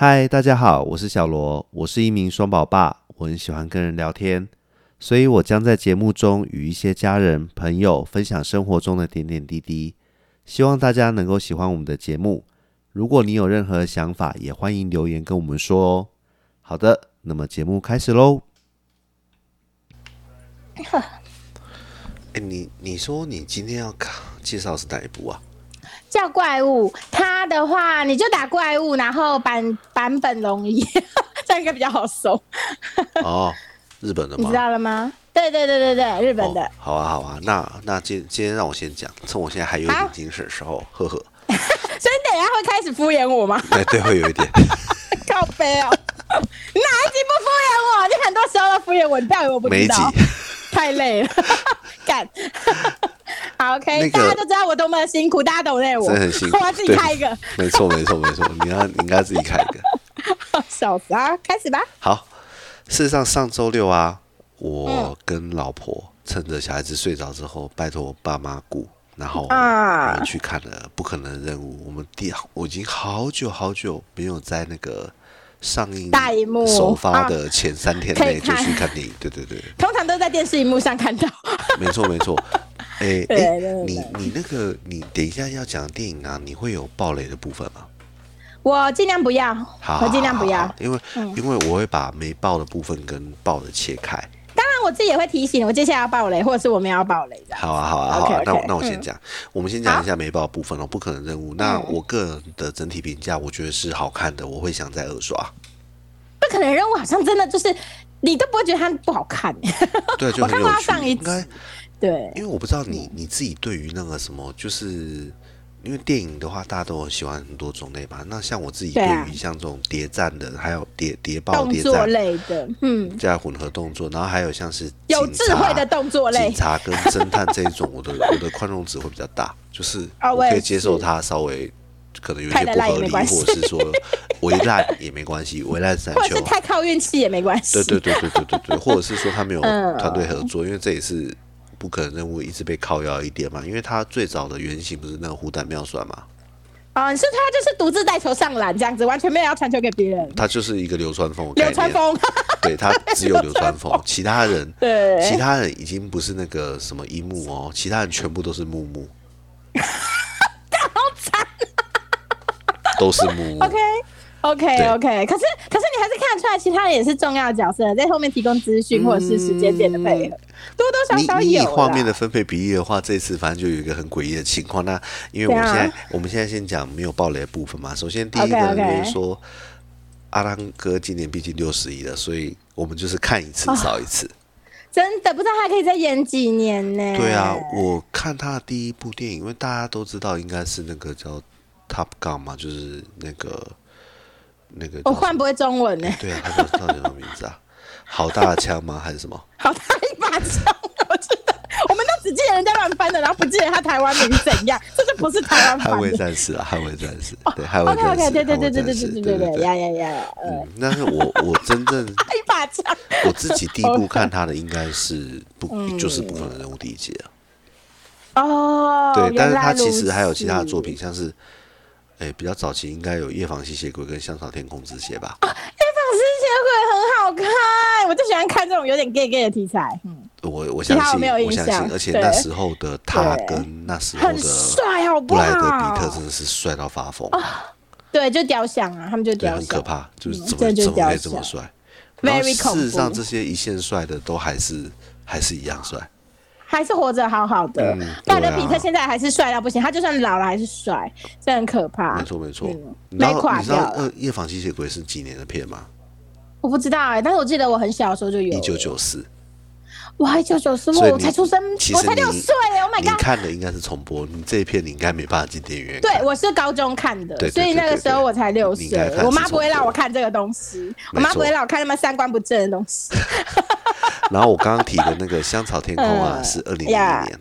嗨，大家好，我是小罗，我是一名双宝爸，我很喜欢跟人聊天，所以我将在节目中与一些家人、朋友分享生活中的点点滴滴，希望大家能够喜欢我们的节目。如果你有任何想法，也欢迎留言跟我们说哦。好的，那么节目开始喽。你说你今天要介绍是哪一部啊？ 叫怪物，它的话你就打怪物，然后版本龙一，这样应该比较好搜。 哦，日本的吗？ 你知道了吗？对，日本的。 哦、好啊，那今天让我先讲，趁我现在还有一点精神的时候，呵呵。 所以你等一下会开始敷衍我吗？ 对，会有一点。 靠背哦，你哪一集不敷衍我？你很多时候都敷衍我，你不要以为我不知道。 每一集太累了，干。好 ，OK，大家都知道我多么的辛苦，大家懂内我， 真的很辛苦。 我要自己开一个。 没错，你应该自己开一个。 笑死啊！开始吧。 好，事实上上周六啊，我跟老婆趁着小孩子睡着之后，拜托爸妈顾，然后我们去看了《不可能任务》。我已经好久没有在那个上映大荧幕首发的前3天内就去看电影。对， 通常都在电视荧幕上看到。 没错。你等一下要讲电影啊，你会有爆雷的部分吗？ 我尽量不要，我尽量不要， 因为我会把没爆的部分跟爆的切开。 当然，我自己也会提醒我接下来要爆雷，或者是我们要爆雷的。 好啊， okay, 那我先讲，我们先讲一下没爆的部分哦，不可能任务。那我个人的整体评价，我觉得是好看的，我会想再2刷。 不可能任务好像真的就是你都不会觉得它不好看， 对，就很有趣。 我看过它上一集，对， 因为我不知道你自己对于那个什么，就是因为电影的话，大家都很喜欢很多种类嘛。那像我自己对于像这种谍战的，还有谍报、 动作类的， 加混合动作，然后还有像是有智慧的动作类， 警察跟侦探这一种，我的宽容值会比较大，就是我可以接受它稍微可能有一些不合理，或者是说微烂也没关系，微烂三秋， 或者是太靠运气也没关系。 对，或者是说他没有团队合作，因为这也是不可能任务一直被靠腰一点嘛，因为他最早的原型不是那个虎胆妙算嘛？ 你是他就是独自带球上篮这样子，完全没有要传球给别人。 他就是一个流川枫，对，他只有流川枫，其他人已经不是那个什么樱木哦，其他人全部都是木木， 好惨， 都是木木。 OK， 可是你还是看得出来，其他人也是重要的角色，在后面提供资讯或者是时间点的配合，多多少少有。 你以画面的分配比例的话，这次反正就有一个很诡异的情况。那因为我们现在先讲没有爆雷的部分嘛。首先第一个就是说，阿汤哥今年毕竟61了，所以我们就是看一次少一次。 真的不知道他还可以再演几年呢？ 对啊，我看他的第一部电影，因为大家都知道应该是那个叫 Top Gun 嘛，就是那个。 我换不会中文呢。 对啊，他叫什么名字啊？好大的枪吗？还是什么？ 好大一把枪，我知道。我们都只记得人家乱翻的，然后不记得他台湾名怎样，这就不是台湾翻的。 捍卫战士啊，捍卫战士，对，捍卫战士。 对，呀。 但是我真正一把枪， 我自己第一部看他的应该是就是不可能任务第一集啊。哦， 对，但是他其实还有其他的作品，像是。比较早期应该有《夜访吸血鬼》跟《香草天空之血》吧。 夜访吸血鬼很好看，我就喜欢看这种有点 gay 的题材。 我相信，而且那时候的他跟那时候的布莱德比特真的是帅到发疯。 对，就雕像啊，他们就雕像， 很可怕，就是怎么可以这么帅？然后事实上，这些一线帅的都还是一样帅。 还是活着好好的，布莱德比特现在还是帅到不行，他就算老了还是帅，这很可怕。 没错。然后你知道《夜访吸血鬼》是几年的片吗？ 我不知道但是我记得我很小的时候就有。 1994。 哇，1994，我才出生，我才6岁，Oh my god！ 你看的应该是重播，你这一片你应该没办法进电影院。 对，我是高中看的，所以那个时候我才6岁，我妈不会让我看这个东西，我妈不会让我看那么3观不正的东西。 然后我刚刚提的那个香草天空啊，是2001年。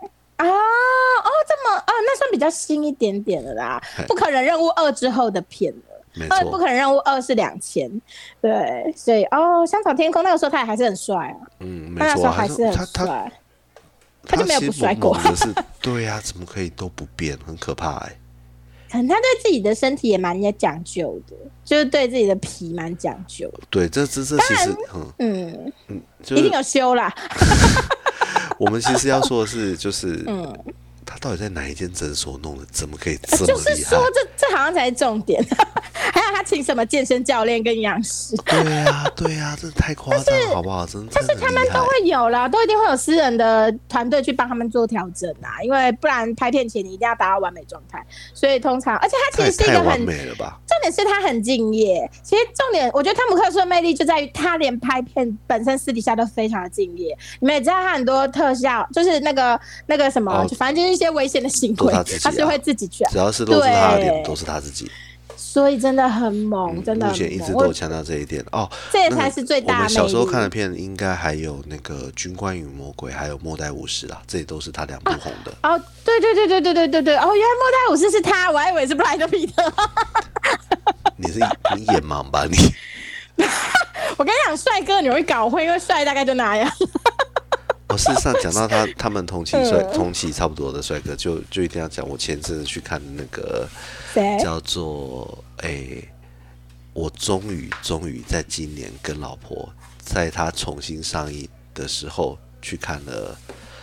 那算比较新一点点的啦。不可能任务2之后的片了。不可能任务2是2000，对，所以香草天空那个时候他也还是很帅啊。 没错， 那时候还是很帅。他就没有不帅过。 是，对啊，怎么可以都不变，很可怕可可能他对自己的身体也蛮讲究的，就是对自己的皮蛮讲究的。 对，这其实一定有修啦。 我们其实要说的是，就是他到底在哪一间诊所弄的，怎么可以这么厉害？ 就是说这好像才是重点。还有他请什么健身教练跟营养师？ 对啊，这太夸张了，好不好？真的。 但是他们都会有啦，都一定会有私人的团队去帮他们做调整啊，因为不然拍片前你一定要达到完美状态。所以通常，而且他其实是一个很完美了吧？ 重点是他很敬业。其实重点，我觉得汤姆克鲁斯的魅力就在于他连拍片本身私底下都非常的敬业。你们也知道他很多特效，就是那个什么，反正就是一些危险的行为，他是会自己去。 只要是露出他的脸，都是他自己。 所以真的很猛，真的很猛。 目前一直都有强调这一点哦， 这也才是最大的魅力。 我们小时候看的片，应该还有那个《军官与魔鬼》，还有《末代武士》啊，这也都是他2部红的。 哦，对，哦，原来《末代武士》是他，我还以为是布莱德皮特。 你眼盲吧你？ 我跟你讲，帅哥你会搞混，因为帅大概就那样。 事实上讲到他们同期差不多的帅哥，就一定要讲。我前阵子去看那个叫做我终于在今年跟老婆在他重新上映的时候去看了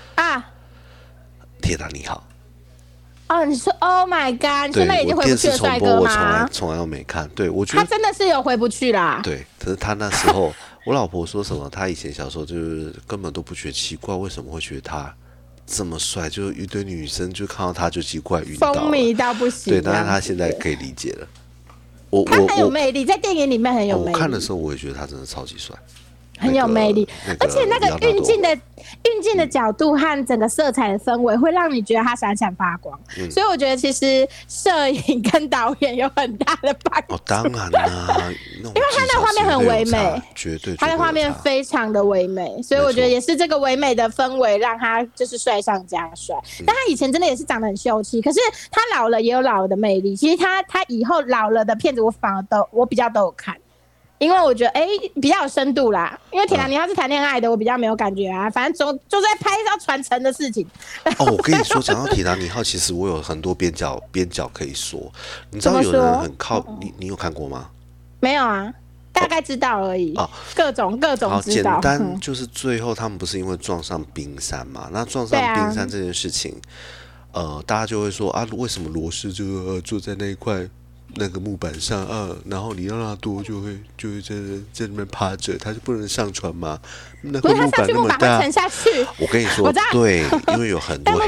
铁达尼号。 哦，你说 Oh my God， 你说那已经回不去的帅哥吗？ 我从来都没看。对，我觉得他真的是有回不去啦。 对，可是他那时候。我老婆说什么？她以前小时候就是根本都不觉得奇怪，为什么会觉得他这么帅？就一堆女生就看到他就奇怪晕倒了， 风靡到不行。 对，但是她现在可以理解了。 他很有魅力，在电影里面很有魅力。 我看的时候我也觉得他真的超级帅。 很有魅力，而且那个运镜的角度和整个色彩的氛围，会让你觉得它闪闪发光。所以我觉得其实摄影跟导演有很大的帮助。 当然啦，因为它的画面很唯美， 绝对， 它的画面非常的唯美，所以我觉得也是这个唯美的氛围让他就是帅上加帅。但他以前真的也是长得很秀气，可是他老了也有老了的魅力。其实他以后老了的片子，我比较都有看。因为我觉得比较有深度啦，因为铁达尼号是谈恋爱的，我比较没有感觉啊。反正就在拍一艘传承的事情。 我跟你说，讲到铁达尼号，其实我有很多边角可以说。你知道有人很靠你有看过吗？ 没有啊，大概知道而已。各种知道。 简单就是最后他们不是因为撞上冰山嘛？那撞上冰山这件事情，大家就会说啊，为什么罗斯就坐在那一块？那个木板上然后里奥纳多就会在那边趴着，他就不能上船吗？那个木板那么大， 沉下去。 我跟你说，对，因为有很多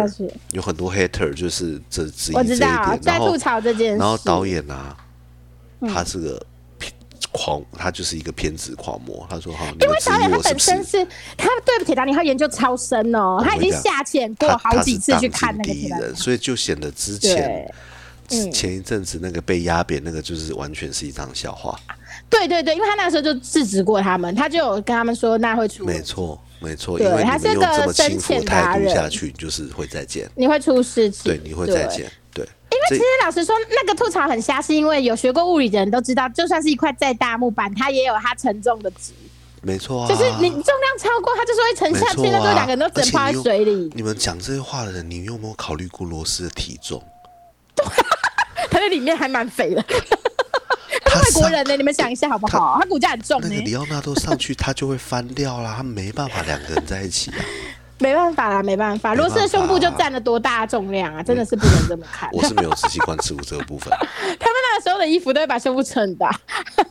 hater，就是只质疑这一点， 在吐槽这件事。 然后导演他是个他就是一个偏执狂魔。他说因为导演他本身是他对铁达尼号研究超深哦，他已经下潜过好几次去看那个铁达尼号， 所以就显得之前一阵子那个被压扁那个就是完全是一场笑话。 对，因为他那个时候就制止过他们，他就有跟他们说那会出问题。 没错，因为你们用这么轻浮态度下去，就是会再见， 你会出事情。 对，你会再见。对， 因为其实老实说，那个吐槽很瞎，是因为有学过物理的人都知道，就算是一块再大木板，它也有它承重的值。 没错就是你重量超过，它就是会沉下去，那就2个人都只能泡在水里。 你们讲这些话的人，你有没有考虑过罗斯的体重？ 他在里面还蛮肥的，他外国人呢，你们想一下好不好？他骨架很重呢。 那个里奥纳多上去，他就会翻掉啦，他没办法2个人在一起啊。 没办法啦，没办法。罗斯的胸部就占了多大的重量啊，真的是不能这么看。 我是没有仔细观察过这个部分。 他们那个时候的衣服都会把胸部撑很大。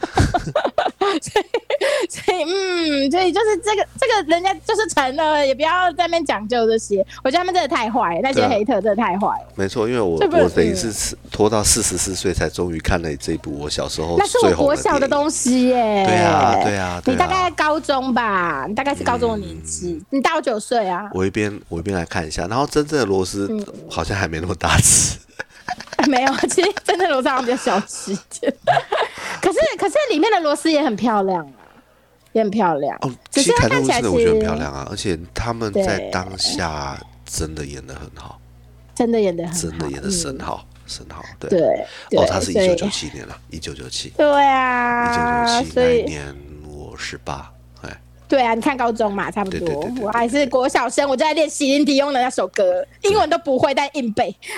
所以就是这个人家就是成了，也不要在那边讲究这些。我觉得他们真的太坏了，那些黑特真的太坏了。 没错，因为我等于是拖到44岁才终于看了这一部我小时候那是我国小的东西耶。 对啊。 你大概高中吧，你大概是高中的年纪，你大我9岁啊。 我一边来看一下，然后真正的罗斯好像还没那么大只。 没有，其实真的罗斯好像比较小只一点。可是里面的罗斯也很漂亮啊，也很漂亮。 其实凯特温斯的我觉得很漂亮啊，而且他们在当下真的演得很好， 真的演得神好。 对， 他是1997年了，1997。 对啊 ，1997那一年我18。 对啊，你看高中嘛，差不多。我还是国小生，我就在练席琳迪翁的那首歌，英文都不会，但硬背。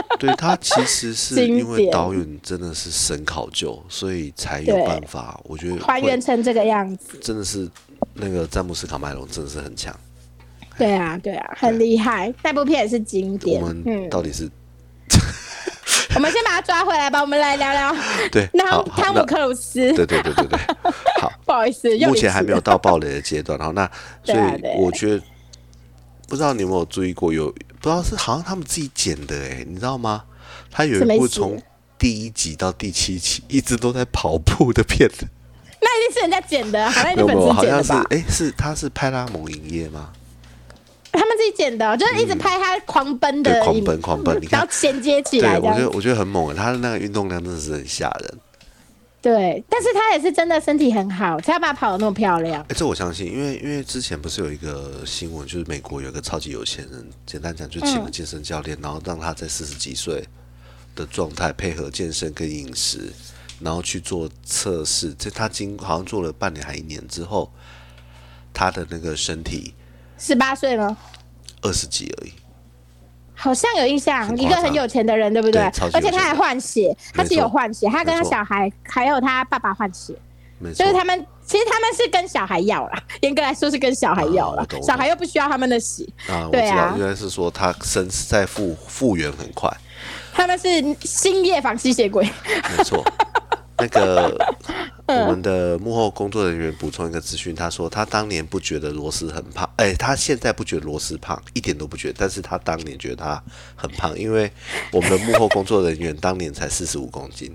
对，他其实是因为导演真的是神考究，所以才有办法，我觉得还原成这个样子， 真的是那个詹姆斯卡麦隆真的是很强。 对啊，很厉害，那部片也是经典。 我们到底是？ 我们先把他抓回来吧，我们来聊聊。 对， 汤姆克鲁斯。 对，好， 不好意思， 目前还没有到爆雷的阶段。好，那所以我觉得，不知道你有没有注意过，不知道是好像他们自己剪的你知道吗？他有一部从第1集到第7集一直都在跑步的片子。 那一定是人家剪的，好像日本自己剪的吧？ 他是派拉蒙影业吗？ 他们自己剪的，就是一直拍他狂奔的， 狂奔，你看， 然后衔接起来。 对，我觉得很猛，他的那个运动量真的是很吓人。 对，但是他也是真的身体很好，才要把他跑得那么漂亮。 这我相信，因为之前不是有一个新闻，就是美国有一个超级有钱人，简单讲就请了健身教练，然后让他在40几岁的状态配合健身跟饮食，然后去做测试。他好像做了半年还1年之后，他的那个身体 18岁吗 ？20几而已。 好像有印象，一个很有钱的人，对不对？而且他还换血，他是有换血，他跟他小孩还有他爸爸换血，就是他们其实他们是跟小孩要啦，严格来说是跟小孩要啦，小孩又不需要他们的血。对啊， 原来是说他身在复原很快， 他们是星夜仿吸血鬼， 没错。那个我们的幕后工作人员补充一个资讯，他说他当年不觉得罗斯很胖，他现在不觉得罗斯胖，一点都不觉得，但是他当年觉得他很胖，因为我们的幕后工作人员当年才45公斤。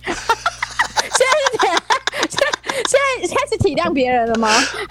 现在开始体谅别人了吗？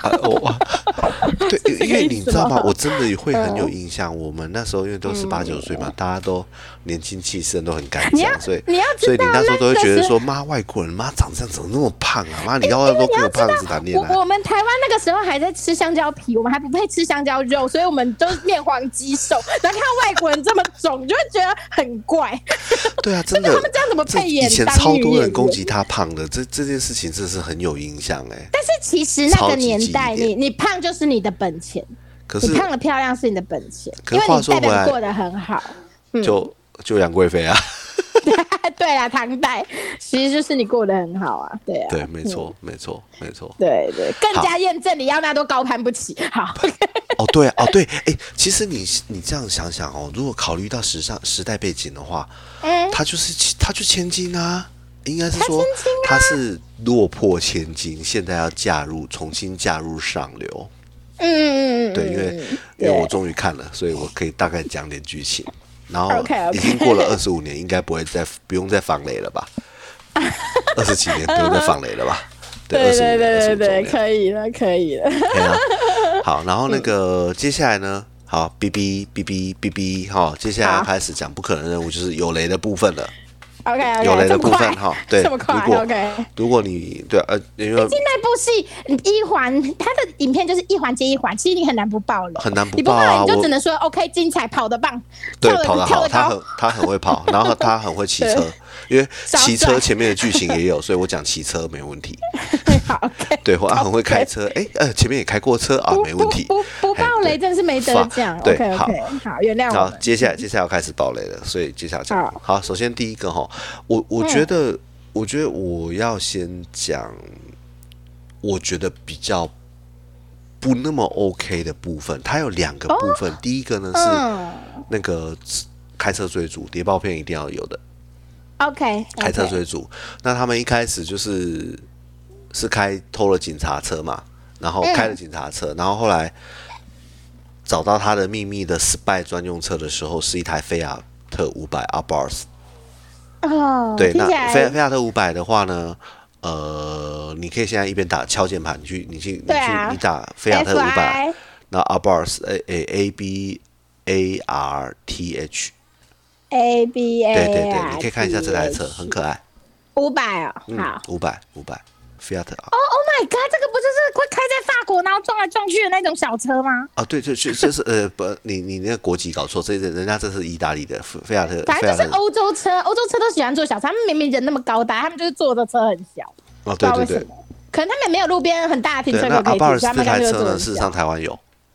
对，因为你知道吗？我真的会很有印象。我们那时候因为都18、19岁嘛，大家都年轻气盛，都很敢讲，所以你那时候都会觉得说，妈，外国人妈长这样怎么那么胖啊？妈，你要都跟个胖子谈恋爱。 我们台湾那个时候还在吃香蕉皮，我们还不配吃香蕉肉，所以我们都面黄肌瘦。然后看外国人这么肿，就会觉得很怪。 对啊，真的， 他们这样怎么配演？ 以前超多人攻击他胖的，这件事情真的是很有影响但是其实那个年代，你胖就是你的本钱。你胖的漂亮是你的本钱，因为你代表过得很好。 就杨贵妃啊。 对啦，唐代其实就是你过得很好啊，对啊， 对，没错。 对，更加验证里奥纳多高攀不起。好， 对，其实你这样想想如果考虑到时代背景的话，他就千金啊，应该是说他是落魄千金，现在要重新嫁入上流。对，因为我终于看了，所以我可以大概讲点剧情。然后已经过了25年，应该不用再防雷了吧？20几年不用再防雷了吧？ 对，可以了。 好，然后那个接下来呢？好，哔哔，好，接下来要开始讲不可能任务，就是有雷的部分了。 OK， 有雷的部分哈，对， 这么快 ，OK。 如果你对因为毕竟那部戏一环，它的影片就是一环接一环，其实你很难不爆雷， 很难不爆啊，你就只能说 OK， 精彩，跑得棒， 对，跑得好，他很会跑，然后他很会骑车，因为骑车前面的剧情也有，所以我讲骑车没问题。 好 ，OK。 对，他很会开车，前面也开过车啊，没问题。 不爆雷真是没得讲。 对， 好，原谅我。 好，接下来要开始爆雷了，所以接下来讲。好，首先第一个我觉得我要先讲，我觉得比较不那么 OK 的部分，它有2个部分。第一个呢是那个开车追逐，谍报片一定要有的。 OK， 开车追逐，那他们一开始是偷了警察车嘛，然后开了警察车，然后后来找到他的秘密的 spy 专用车的时候，是一台菲亚特500 Abarth。对，那菲亚特500的话呢，你可以现在一边敲键盘，你打菲亚特500，然后 Abarth ABARTH。对，你可以看一下这台车，很可爱。 500哦，好 ，500，菲亚特。 Oh my god， 这个不就是会开在法国，然后撞来撞去的那种小车吗？ 对，这是不，你那个国籍搞错，人家这是意大利的菲亚特。 反正就是欧洲车都喜欢坐小车，他们明明人那么高大，他们就是坐的车很小。 对， 可能他们没有路边很大的停车格可以停， 那阿巴尔斯这台车呢，事实上台湾有。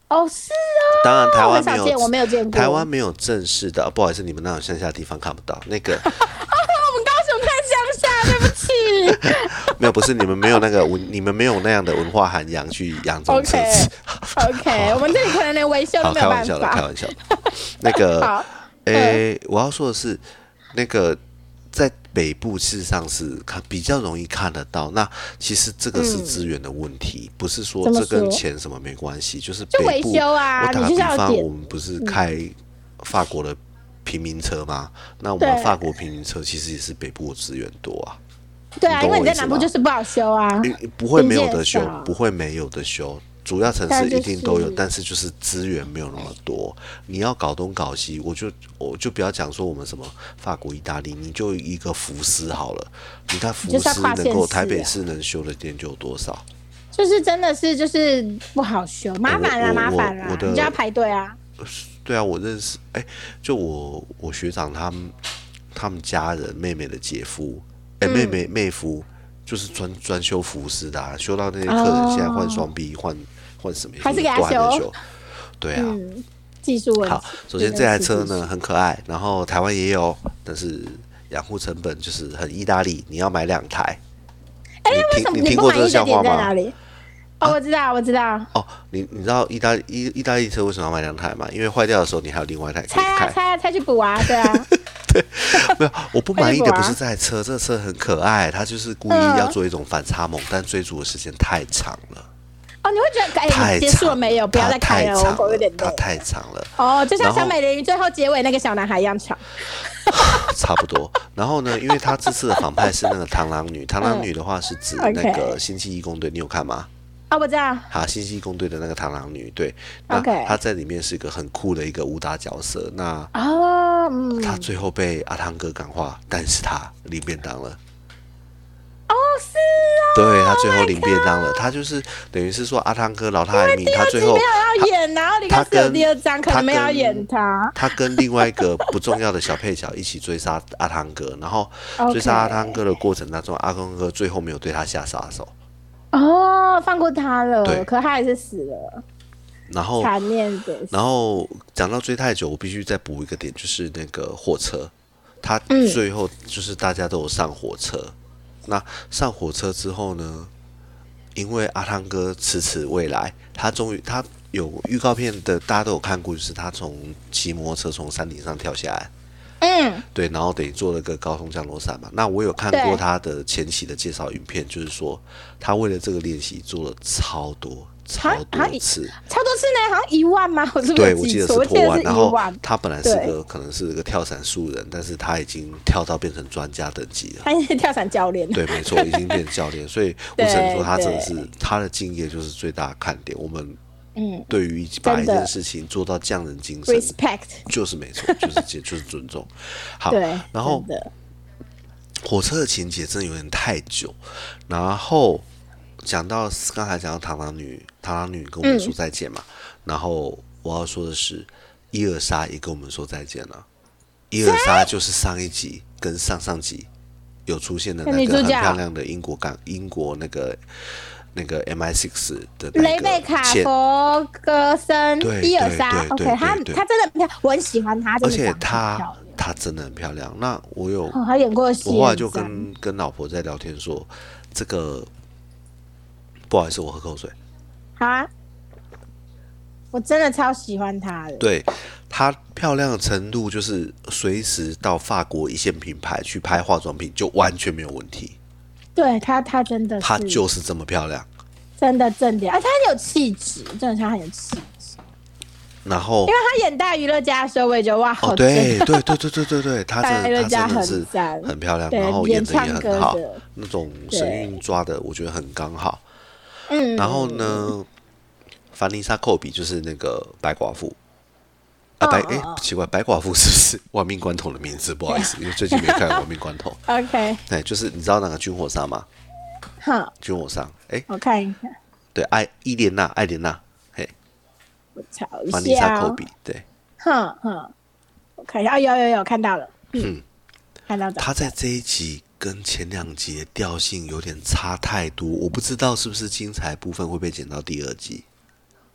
哦，是哦。 当然台湾没有，我没有见过。 台湾没有正式的，不好意思，你们那种乡下地方看不到那个。 我们高雄太乡下，对不起。 没有，不是你们没有你们没有那样的文化涵养去养这种车子。 OK， 我们这里可能连维修都没有办法。 开玩笑的。那个，我要说的是，那个在北部事实上是比较容易看得到。那其实这个是资源的问题，不是说这跟钱什么没关系，就是北部。 维修啊， 我打个比方，我们不是开法国的平民车吗？那我们法国平民车其实也是北部的资源多啊。 对啊，因为你在南部就是不好修啊， 不会没有的修，不会没有的修。主要城市一定都有，但是就是资源没有那么多。你要搞东搞西，我就不要讲说我们什么法国、意大利，你就一个福斯好了。你看福斯能够台北市能修的店就有多少？ 就是真的是就是不好修，麻烦啦，你就要排队啊。 对啊，我认识，就我学长他们家人妹妹的姐夫，妹夫。就是专修福斯的啊，修到那些客人现在换双 B 换什么， 还是给他修。 对啊， 技术问题。 好，首先这台车呢很可爱，然后台湾也有，但是养护成本就是很意大利，你要买2台。你听过这个笑话吗？ 我知道。 哦，你知道意大利车为什么要买2台吗？因为坏掉的时候你还有另外一台可以开。 拆去补啊，对啊。 对，没有，我不满意的不是这台车，这车很可爱，它就是故意要做一种反差萌，但追逐的时间太长了。 哦，你会觉得结束了没有？不要再开了，我狗有点累。 它太长了。 哦，就像小美人鱼最后结尾那个小男孩一样长。 差不多。然后呢，因为他这次的反派是那个螳螂女，螳螂女的话是指那个星际义工队，你有看吗？ 我知道。 好，星际义工队的那个螳螂女，对，那她在里面是一个很酷的一个武打角色。那她最后被阿汤哥感化，但是她领便当了。 是啊。 对，她最后领便当了，她就是等于是说阿汤哥饶她一命，她最后没有要演，然后你看有第2章可能没有要演她。 她跟另外一个不重要的小配角一起追杀阿汤哥，然后追杀阿汤哥的过程当中，阿汤哥最后没有对他下杀手。 放过他了，可他还是死了。 然后残念的。 然后讲到追太久，我必须再补一个点，就是那个火车，他最后就是大家都有上火车。那上火车之后呢？因为阿汤哥迟迟未来，他有预告片的，大家都有看过，就是他从骑摩托车从山顶上跳下来。对，然后等于做了个高空降落伞嘛。那我有看过他的前期的介绍影片，就是说他为了这个练习做了超多次， 超多次呢，好像1万吗？ 对，我记得是破万。然后他本来可能是个跳伞素人，但是他已经跳到变成专家等级了。 他已经是跳伞教练。 对，没错，已经变成教练。所以我只能说他真的是他的敬业就是最大的看点。我们对于把一件事情做到匠人精神 ，respect 就是没错，就是尊重。好，然后火车的情节真的有点太久。然后刚才讲到螳螂女跟我们说再见嘛。然后我要说的是，伊尔莎也跟我们说再见了。伊尔莎就是上一集跟上上集有出现的那个很漂亮的英国那个 MI6 的那个雷贝卡·佛格森，伊尔莎 ，OK， 她真的很漂亮，我很喜欢她， 而且她真的很漂亮。那她演过戏， 我后来就跟老婆在聊天说，这个不好意思，我喝口水。 好啊，我真的超喜欢她的。 对，她漂亮的程度，就是随时到法国一线品牌去拍化妆品就完全没有问题。 对她真的是， 她就是这么漂亮， 真的正点，她很有气质，真的她很有气质。 然后， 因为她演大娱乐家的时候，我也觉得哇，好对，她真的是很漂亮，然后演的也很好，那种神韵抓的，我觉得很刚好。然后呢，凡妮莎·寇比就是那个白寡妇。奇怪，白寡妇是不是亡命关头的名字？不好意思，因为最近没看亡命关头。 OK， 对，就是你知道那个军火商吗？军火商， 我看一下。 对，艾莲娜，嘿， 我查一下。 凡妮莎·寇比，对， 我看一下，有看到了，看到。 他在这一集跟前2集的调性有点差太多，我不知道是不是精彩部分会被剪到第2集。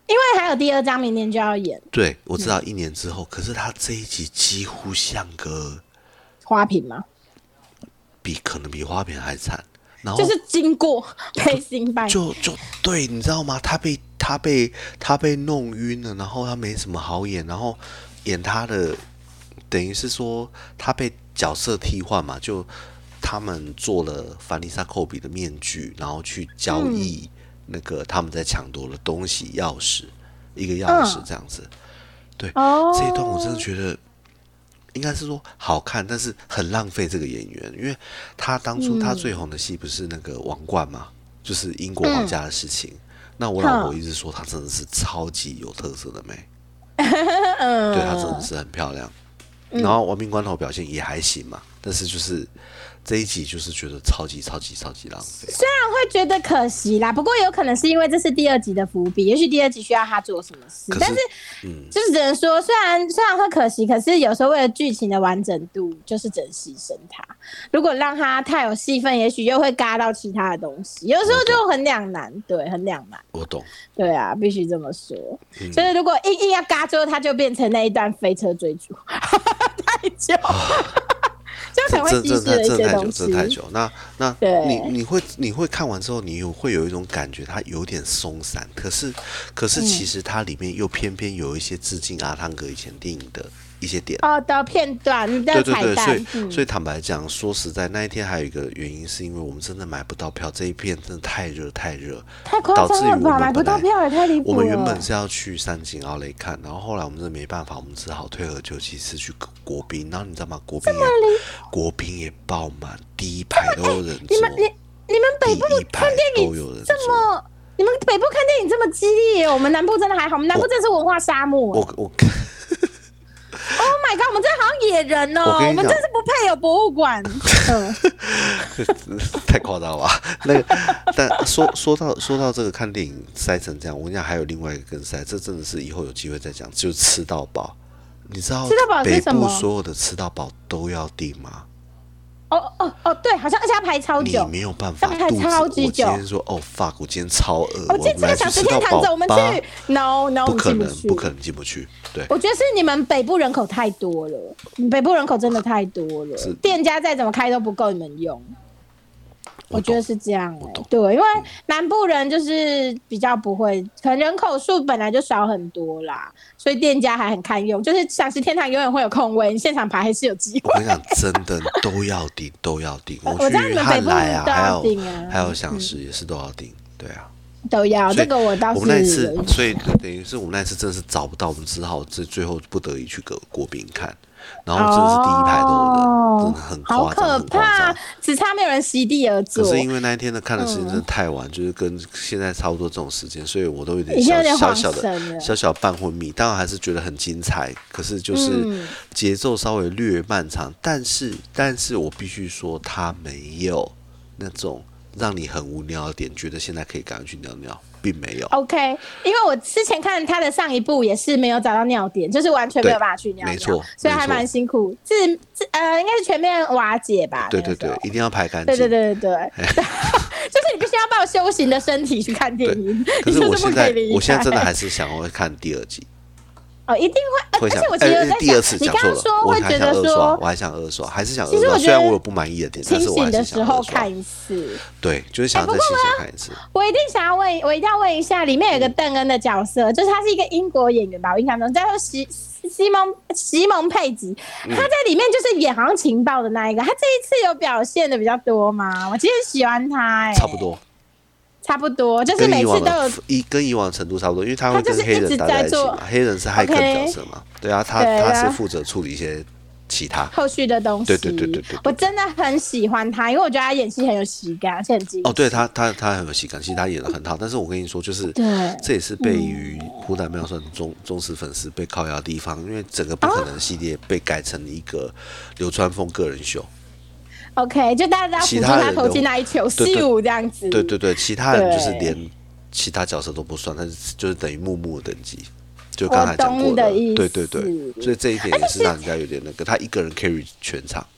因为还有第2章明年就要演。 对，我知道1年之后，可是他这一集几乎像个花瓶吗？ 可能比花瓶还惨。然后就是经过配新版， 就对，你知道吗？他被弄晕了，然后他没什么好演，然后演他的，等于是说他被角色替换嘛，就他们做了凡妮莎·寇比的面具，然后去交易那个他们在抢夺的东西，钥匙，一个钥匙这样子。对，这一段我真的觉得。应该是说好看，但是很浪费这个演员，因为他当初他最红的戏不是那个王冠嘛，就是英国皇家的事情。那我老婆一直说她真的是超级有特色的美，对，她真的是很漂亮。然后亡命关头表现也还行嘛，但是就是这一集就是觉得超级浪费。 虽然会觉得可惜啦，不过有可能是因为这是第2集的伏笔，也许第2集需要他做什么事，但是就是只能说虽然会可惜，可是有时候为了剧情的完整度，就是只能牺牲他。如果让他太有戏份，也许又会嘎到其他的东西，有时候就很两难，对，很两难。 我懂。 对啊，必须这么说。所以如果硬要嘎，最后他就变成那一段飞车追逐，太久。就可能会稀释了一些东西， 这太久。那你会看完之后，你会有一种感觉，它有点松散。可是其实它里面又偏偏有一些致敬阿汤哥以前电影的一些点的片段的彩蛋。 所以坦白讲，说实在，那一天还有一个原因，是因为我们真的买不到票，这一片真的太热， 太夸张了吧？买不到票也太离谱了。 我们原本是要去三井奥莱看，然后后来我们真的没办法，我们只好退而求其次去国宾。然后你知道吗？国宾也爆满，第一排都有人坐。 你们北部看电影这么？你们北部看电影这么激烈，我们南部真的还好，我们南部真的是文化沙漠。 我 Oh my god！ 我们真的好像野人哦，我们真是不配有博物馆。 太夸张了吧？但说到这个看电影塞成这样，我跟你讲，还有另外一个更塞，这真的是以后有机会再讲，就是吃到饱。你知道北部所有的吃到饱都要订吗？ 对，好像而且要排超久， 你没有办法， 排超级久。 我今天说fuck，我今天超饿， 我今天吃个小吃天堂走，我们去 no， 不可能进不去。对， 我觉得是你们北部人口太多了，北部人口真的太多了，店家再怎么开都不够你们用。我觉得是这样对，因为南部人就是比较不会，可能人口数本来就少很多啦，所以店家还很堪用，就是小吃天堂永远会有空位，你现场排还是有机会。 我跟你讲，真的都要订。 我知道你们北部都要订还有享食也是都要订，对啊。 都要，这个我倒是。 我们那一次，所以等于是我们那一次真的是找不到，我们只好最后不得已去国宾看。然后真的是第一排都有人，真的很夸张，好可怕，只差没有人席地而坐。 可是因为那一天的看的时间真的太晚，就是跟现在差不多这种时间，所以我都有点小小半昏迷。当然还是觉得很精彩，可是就是节奏稍微略漫长。但是我必须说，它没有那种让你很无聊的点，觉得现在可以赶快去尿尿。并没有 OK， 因为我之前看他的上一部也是没有找到尿点，就是完全没有办法去尿尿， 没错， 所以还蛮辛苦。应该是全面瓦解吧？ 对，一定要排干净。 对，就是你必须要抱修行的身体去看电影。 可是我现在真的还是想要看第2集。 一定会，而且我其实有在想， 第2次讲错了， 我还想二刷， 我还想二刷，还是想二刷。虽然我有不满意的点，但是我还是想二刷。清醒的时候看一次， 对，就是想要在清醒看一次。 我一定要问一下，里面有一个邓恩的角色，就是他是一个英国演员吧，我印象中叫做西蒙佩吉，他在里面就是演好像情报的那一个，他这一次有表现的比较多吗？我其实喜欢他，差不多，就是每次都有跟以往程度差不多，因为他会跟黑人待在一起嘛，黑人是骇客角色嘛，对啊，他是负责处理一些其他后续的东西。 对， 我真的很喜欢他，因为我觉得他演戏很有喜感，而且很精。 对他很有喜感，其实他演得很好。但是我跟你说，就是这也是被于虎胆妙算忠实粉丝被靠腰的地方，因为整个不可能系列被改成一个流川枫个人秀。 OK， 就大家要辅助他投进那一球秀这样子。 对，其他人就是连其他角色都不算，但是就是等于木木的等级，就刚才讲过的。对，所以这一点也是让人家有点那个，他一个人 carry 全场。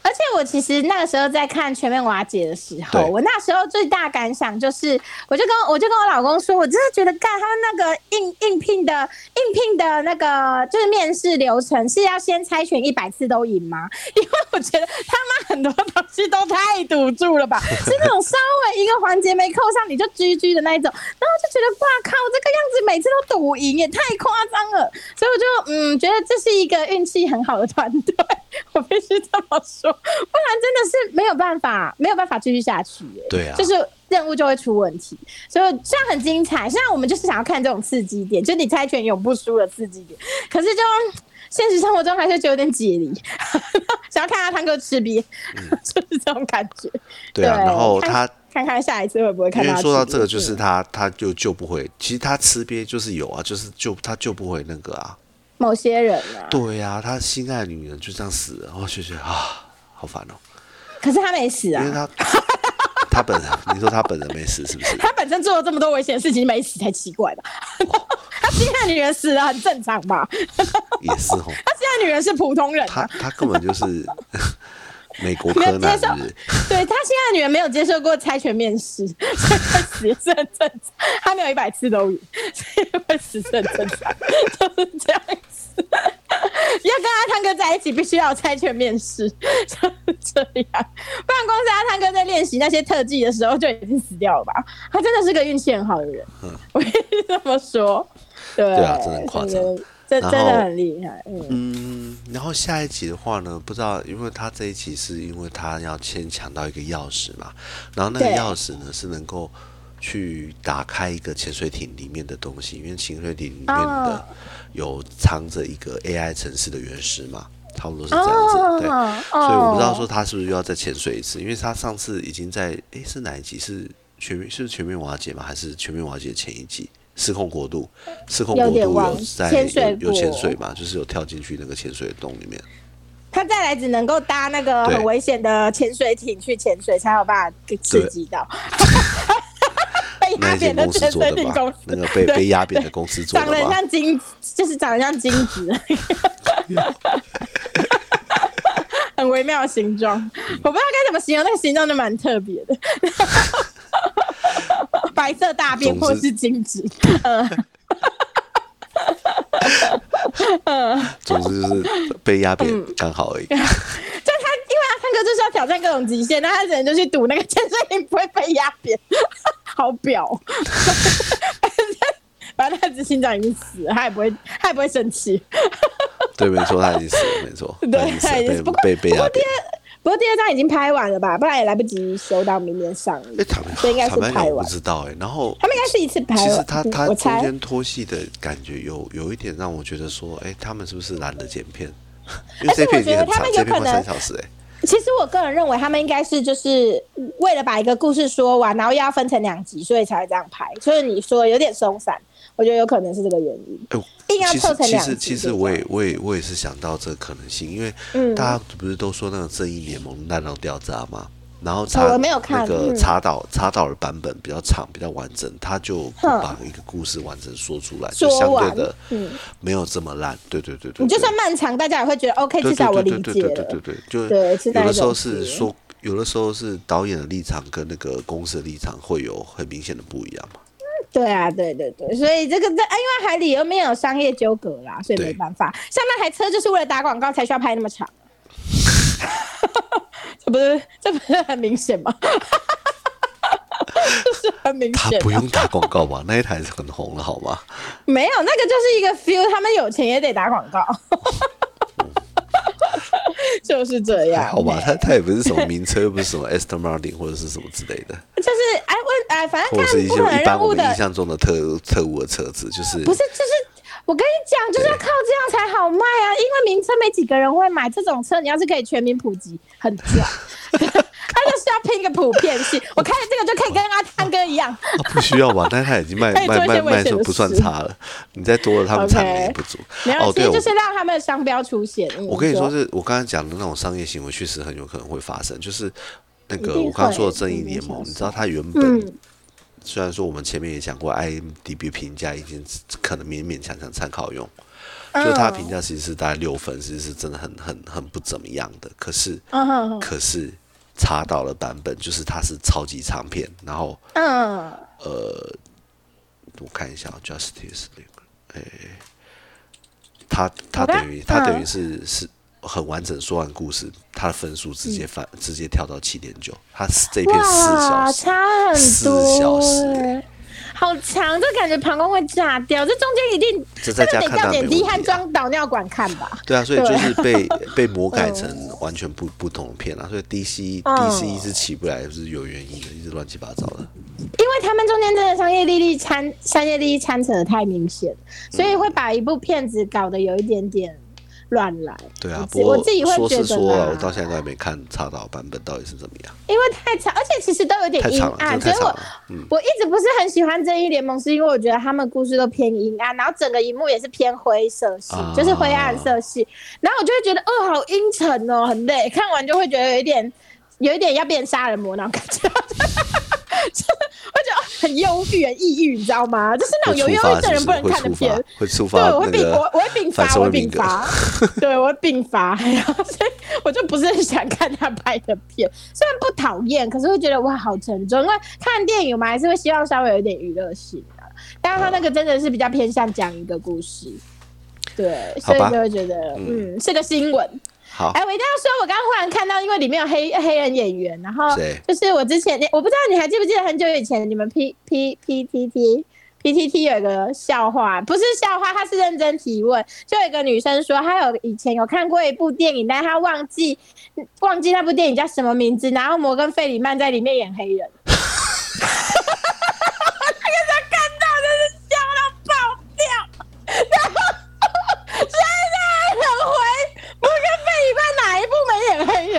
而且我其实那个时候在看《全面瓦解》的时候，我那时候最大感想就是，我就跟我老公说，我真的觉得干他们那个应聘的那个就是面试流程是要先猜拳100次都赢吗？因为我觉得他妈很多东西都太赌注了吧，是那种稍微一个环节没扣上你就 GG 的那一种，然后就觉得哇靠，这个样子每次都赌赢也太夸张了，所以我就觉得这是一个运气很好的团队，我必须这么说。不然真的是没有办法继续下去耶。 对啊， 就是任务就会出问题，所以这样很精彩。虽然我们就是想要看这种刺激点，就你猜拳永不输的刺激点，可是就现实生活中还是觉得有点解离，想要看阿汤哥吃瘪，就是这种感觉。 对啊，然后他看看下一次会不会看到。 因为说到这个，就是他就救不回，其实他吃瘪就是有啊，就是他救不回那个啊。 某些人啊， 对啊，他心爱的女人就这样死了，然后就觉得啊，好烦哦。 可是他没死啊， 因为他本人，你说他本人没死是不是？ 他本身做了这么多危险的事情没死才奇怪吧？他心爱的女人死了很正常吧？ 也是哦。 他心爱的女人是普通人， 他根本就是美国柯南，是不是？ 对，他心爱的女人没有接受过猜拳面试，所以会死也是很正常。他没有100次都赢，所以会死是很正常，就是这样子。要跟阿汤哥在一起，必须要有猜拳面试，就是这样。不然光是阿汤哥在练习那些特技的时候就已经死掉了吧？他真的是个运气很好的人，我必须这么说。对啊，真的很夸张。 真的很厉害。 然后下一集的话呢，不知道，因为他这一集是因为他要先抢到一个钥匙嘛，然后那个钥匙呢是能够去打开一个潜水艇里面的东西，因为潜水艇里面的有藏着一个 AI 程式的原始嘛，差不多是这样子，对，所以我不知道说他是不是又要再潜水一次，因为他上次已经在是哪一集是全面瓦解吗？还是全面瓦解前一集？失控国度有潜水嘛？就是有跳进去那个潜水洞里面。 他再来只能够搭那个很危险的潜水艇去潜水，才有办法刺激到。被压扁的潜水艇公司， 那个被压扁的公司做的吧？ 长得像金，就是长得像金子，很微妙的形状。我不知道该怎么形容，那个形状就蛮特别的。白色大便或是金子， 总之就是被压扁刚好而已。 就他，因为阿汤哥就是要挑战各种极限，那他只能就去赌那个潜水艇不会被压扁，好表。反正他执行长已经死了，他也不会生气。 对，没错，他已经死了，没错， 对，他已经被压扁。 不过第2章已经拍完了吧？不然也来不及修到明年上映。所以应该是拍完。 我不知道然后他们应该是一次拍完。 其实他中间拖戏的感觉有一点让我觉得说，他们是不是懒得剪片？因为这片已经很长，这片快3小时其实我个人认为，他们应该是就是为了把一个故事说完，然后又要分成2集，所以才会这样拍。所以你说有点松散，我觉得有可能是这个原因。硬要凑成2集。 其实我也是想到这个可能性，因为大家不是都说那个正义联盟烂到掉渣吗？然后我没有看那个查导的版本比较长比较完整，他就不把一个故事完整说出来，就相对的没有这么烂。对，你就算漫长，大家也会觉得 OK， 至少我理解了。 对，就有的时候是说，有的时候是导演的立场跟那个公司的立场会有很明显的不一样嘛。 对啊，对，所以这个因为海里又没有商业纠葛啦，所以没办法。像那台车就是为了打广告才需要拍那么长。这不是很明显吗？就是很明显。 他不用打广告吧？那一台是很红了，好吗？ 没有，那个就是一个 feel， 他们有钱也得打广告。就是这样。 好吧，他也不是什么名车，又不是什么 Aston Martin 或者是什么之类的。 就是反正或者是一些一般我们印象中的特务的车子，就是不是我跟你讲，就是要靠这样才好卖啊！因为名车没几个人会买，这种车你要是可以全民普及，很赚。他就是要拼个普遍性。我开了这个就可以跟阿汤哥一样。 不需要吧？但是他已经卖出不算差了。你再多了，他们产能也不足。 对，就是让他们的商标出现。 我跟你说，是我刚才讲的那种商业行为，确实很有可能会发生。就是那个我刚刚说的正义联盟，你知道他原本。虽然说我们前面也讲过 ，IMDB 评价已经可能勉强参考用， 就是他的评价其实是大概6分，其实是真的很不怎么样的。可是查到了版本，就是它是超级长片，然后我看一下 Justice League， 他等于是很完整说完故事，他的分数直接跳到7.9，他这一片4小时， 差很 4小时。 好长，这感觉膀胱会炸掉。这中间一定在家看得掉点滴和装导尿管看吧？ 对啊，所以就是被魔改成完全不同的片啊。所以 DC 一直起不来，是有原因的，一直乱七八糟的。 因为他们中间真的商业利益掺扯的太明显，所以会把一部片子搞得有一点点乱来。 对啊，不过我自己会觉得我到现在都还没看查到版本到底是怎么样， 因为太长，而且其实都有点阴暗，所以我一直不是很喜欢正义联盟，是因为我觉得他们故事都偏阴暗，然后整个荧幕也是偏灰色系，就是灰暗色系，然后我就会觉得好阴沉哦，很累，看完就会觉得有一点要变杀人魔那种感觉。我觉得很忧郁、很抑郁，你知道吗？就是那种有忧郁症人不能看的片， 会触发， 对，我会并发，对，我会并发，然后所以我就不是很想看他拍的片，虽然不讨厌，可是会觉得哇好沉重，因为看电影我们还是会希望稍微有一点娱乐性的，但是他那个真的是比较偏向讲一个故事，对，所以就会觉得是个新闻。 好， 我一定要说，我刚刚忽然看到，因为里面有黑人演员，然后就是我之前，我不知道你还记不记得很久以前你们 PTT 有一个笑话，不是笑话，他是认真提问，就有一个女生说，她以前有看过一部电影，但她忘记那部电影叫什么名字，然后摩根费里曼在里面演黑人。那个时候看到真是笑到爆掉，然后现在很回摩根费里曼哪一部没演黑人？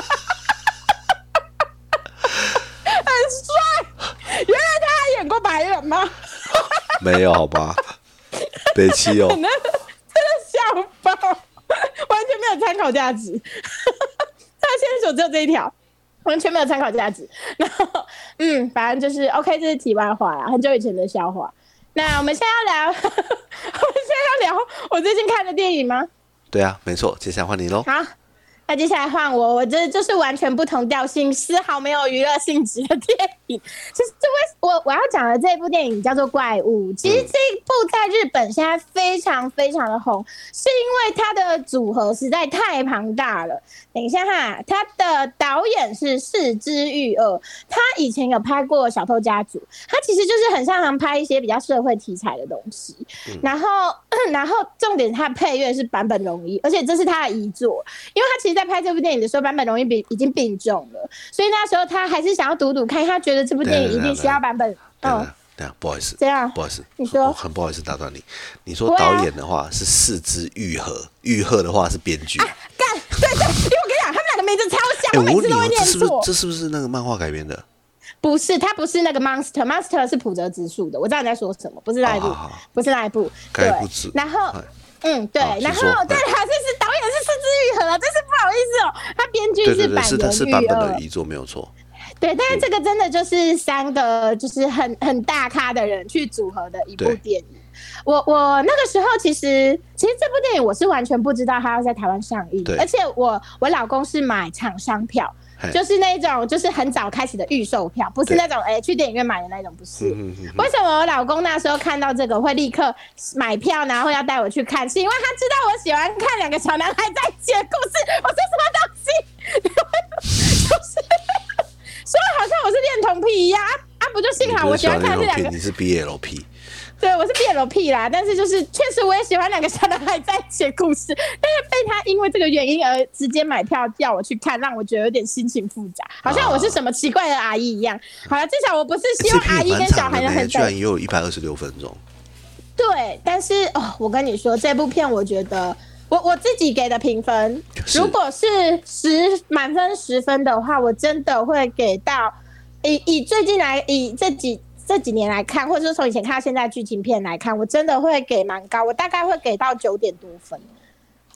很帅，原来他还演过白人吗？ 没有，好吧，北七哦， 真的笑爆，完全没有参考价值。他线索只有这一条，完全没有参考价值。然后，反正就是 OK， 这是题外话啦，很久以前的笑话。那我们现在要聊，我最近看的电影吗？ 对啊，没错，接下来换你喽。 好。那接下来换我这就是完全不同调性，丝毫没有娱乐性质的电影。其实我要讲的这部电影叫做《怪物》，其实这一部在日本现在非常非常的红，是因为它的组合实在太庞大了。等一下哈，它的导演是四之玉二，他以前有拍过《小偷家族》，他其实就是很擅长拍一些比较社会题材的东西。然后重点他的配乐是坂本龙一，而且这是他的遗作，因为他其实在拍这部电影的时候，坂本龙一已经病重了，所以那时候他还是想要赌看，他觉得这部电影一定需要坂本。 不好意思， 这样不好意思， 你说， 很不好意思打断你。你说导演的话是四之玉和，玉和的话是编剧。 干，对，因为我跟你讲，他们两个名字超像，我每次都会念错。 这是不是那个漫画改编的？ 不是，他不是那个 Monster 是浦泽直树的，我知道你在说什么，不是那一部，不是那一部。对，然后。对，然后对，还是导演是四之玉和，真是不好意思哦。他编剧是坂元裕二， 是坂本的遗作没有错。 对，但是这个真的就是3个就是很大咖的人去组合的一部电影。我那个时候其实这部电影我是完全不知道它要在台湾上映，而且我老公是买厂商票。就是那种就是很早开始的预售票，不是那种去电影院买的那种，不是。为什么我老公那时候看到这个会立刻买票，然后要带我去看？是因为他知道我喜欢看2个小男孩在一起的故事。我说什么东西？就是说好像我是恋童癖一样不就幸好我喜欢看这2个。 你是 BLP。 对，我是 BLP 啦，但是就是确实我也喜欢2个小男孩在一起的故事，但是被他因为这个原因而直接买票叫我去看，让我觉得有点心情复杂，好像我是什么奇怪的阿姨一样。好了，至少我不是希望阿姨跟小孩的很居然也有126分钟。 对，但是我跟你说，这部片我觉得我自己给的评分，如果是满分10分的话，我真的会给到以最近来以这几年来看，或者说从以前看到现在剧情片来看，我真的会给蛮高，我大概会给到9点多分。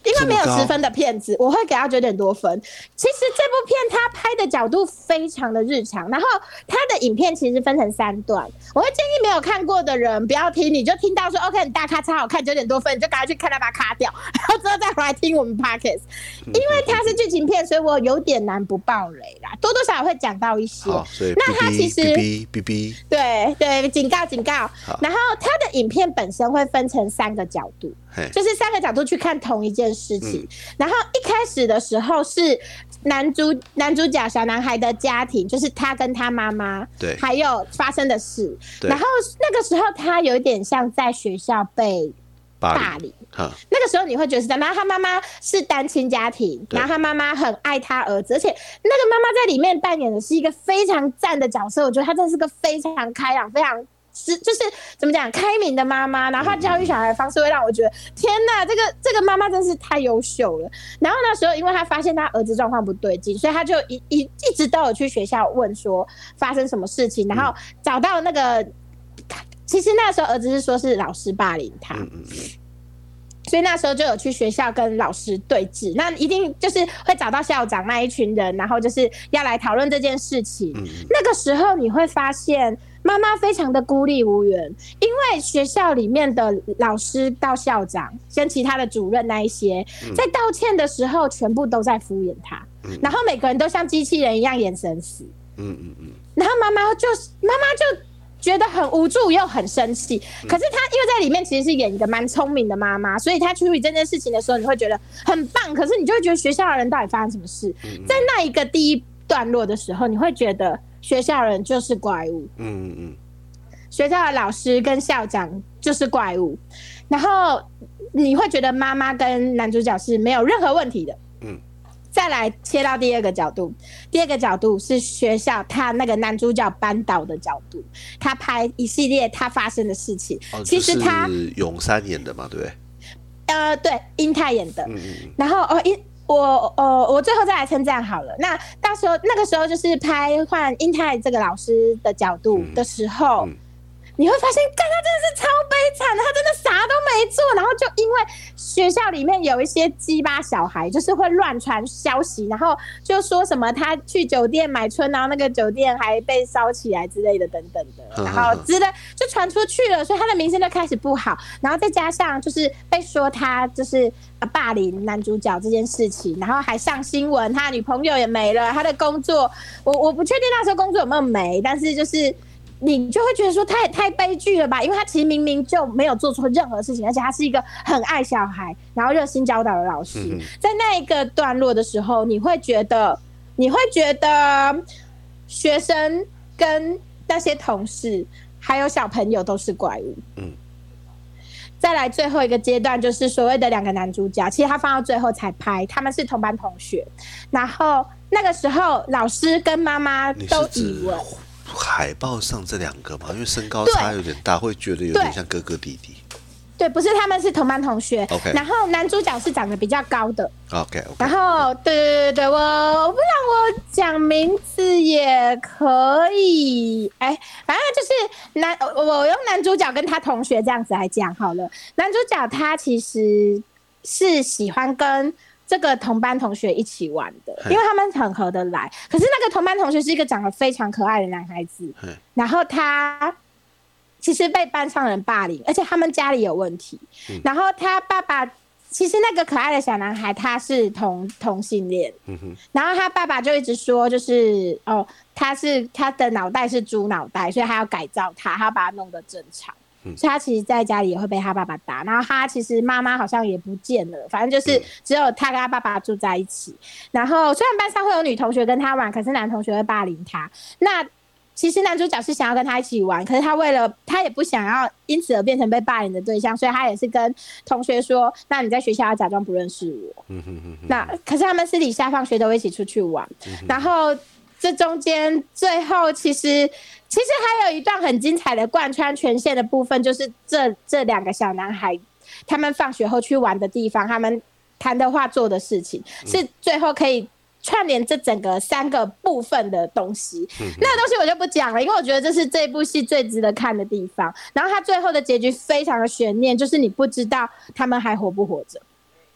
因为没有10分的片子，我会给他9点多分。其实这部片他拍的角度非常的日常，然后他的影片其实分成3段。我会建议没有看过的人不要听，你就听到说 OK 很大咖超好看9点多分，你就赶快去看他把它卡掉，然后之后再回来听我们 podcast。因为它是剧情片，所以我有点难不爆雷啦，多多少少会讲到一些。 所以那他其实对警告。然后他的影片本身会分成3个角度，就是3个角度去看同一件事情。然后一开始的时候是男主角小男孩的家庭，就是他跟他妈妈，对，还有发生的事。然后那个时候他有点像在学校被霸凌。那个时候你会觉得是这样，然后他妈妈是单亲家庭，然后他妈妈很爱他儿子，而且那个妈妈在里面扮演的是一个非常赞的角色，我觉得她真的是个非常开朗、非常就是怎么讲开明的妈妈，然后她教育小孩的方式会让我觉得天哪，这个妈妈真是太优秀了。然后那时候因为她发现她儿子状况不对劲，所以她就一直都有去学校问说发生什么事情，然后找到那个其实那时候儿子是说是老师霸凌他。所以那时候就有去学校跟老师对峙，那一定就是会找到校长那一群人，然后就是要来讨论这件事情。那个时候你会发现妈妈非常的孤立无援，因为学校里面的老师到校长跟其他的主任那一些，在道歉的时候全部都在敷衍他，然后每个人都像机器人一样眼神死。然后妈妈就觉得很无助又很生气，可是她因为在里面其实是演一个蛮聪明的妈妈，所以她处理这件事情的时候你会觉得很棒，可是你就会觉得学校的人到底发生什么事。在那一个第一段落的时候，你会觉得学校的人就是怪物，学校的老师跟校长就是怪物，然后你会觉得妈妈跟男主角是没有任何问题的。再来切到第二个角度，第二个角度是学校他那个男主角扳倒的角度，他拍一系列他发生的事情。其实他就是永山演的嘛，对不对？ 对，英泰演的。然后我最后再来称赞好了。那那个时候就是拍换英泰这个老师的角度的时候。你会发现，他真的是超悲惨的，他真的啥都没做，然后就因为学校里面有一些鸡巴小孩，就是会乱传消息，然后就说什么他去酒店买春，然后那个酒店还被烧起来之类的等等的，然后之类就传出去了，所以他的名声就开始不好，然后再加上就是被说他就是霸凌男主角这件事情，然后还上新闻，他的女朋友也没了，他的工作我不确定那时候工作有没有没，但是就是你就会觉得说他也太悲剧了吧，因为他其实明明就没有做错任何事情，而且他是一个很爱小孩然后热心教导的老师。在那一个段落的时候，你会觉得学生跟那些同事还有小朋友都是怪物。再来最后一个阶段就是所谓的2个男主角，其实他放到最后才拍，他们是同班同学，然后那个时候老师跟妈妈都以为海报上这2个嘛，因为身高差有点大，会觉得有点像哥哥弟弟。 对，不是，他们是同班同学。然后男主角是长得比较高的。然后对，我不让我讲名字也可以，反正就是我用男主角跟他同学这样子来讲好了。男主角他其实是喜欢跟这个同班同学一起玩的，因为他们很合得来。可是那个同班同学是一个长得非常可爱的男孩子，然后他其实被班上人霸凌，而且他们家里有问题。然后他爸爸其实那个可爱的小男孩他是同性恋，然后他爸爸就一直说就是他的脑袋是猪脑袋，所以他要改造他要把他弄得正常。所以他其实在家里也会被他爸爸打，然后他其实妈妈好像也不见了，反正就是只有他跟他爸爸住在一起。然后虽然班上会有女同学跟他玩，可是男同学会霸凌他。那其实男主角是想要跟他一起玩，可是他也不想要因此而变成被霸凌的对象，所以他也是跟同学说，那你在学校要假装不认识我。那可是他们私底下放学都会一起出去玩。然后这中间最后其实还有一段很精彩的贯穿全线的部分，就是这2个小男孩他们放学后去玩的地方，他们谈的话做的事情，是最后可以串联这整个3个部分的东西。那个东西我就不讲了，因为我觉得这是这部戏最值得看的地方。然后他最后的结局非常的悬念，就是你不知道他们还活不活着。